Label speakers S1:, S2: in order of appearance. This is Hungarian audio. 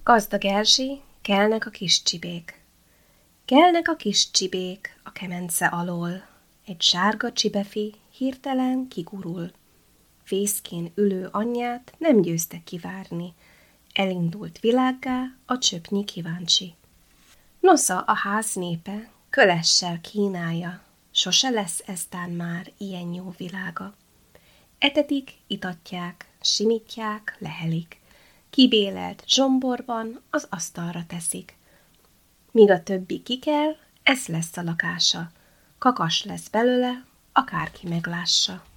S1: Gazdag Erzsi, kelnek a kis csibék. Kelnek a kis csibék a kemence alól, egy sárga csibefi hirtelen kigurul. Fészkén ülő anyját nem győzte kivárni, elindult világgá a csöpnyi kíváncsi. Nosza a ház népe kölessel kínálja, sose lesz eztán már ilyen jó világa. Etetik, itatják, simítják, lehelik, kibélelt zsomborban az asztalra teszik. Míg a többi kikel, ez lesz a lakása, kakas lesz belőle, akárki meglássa.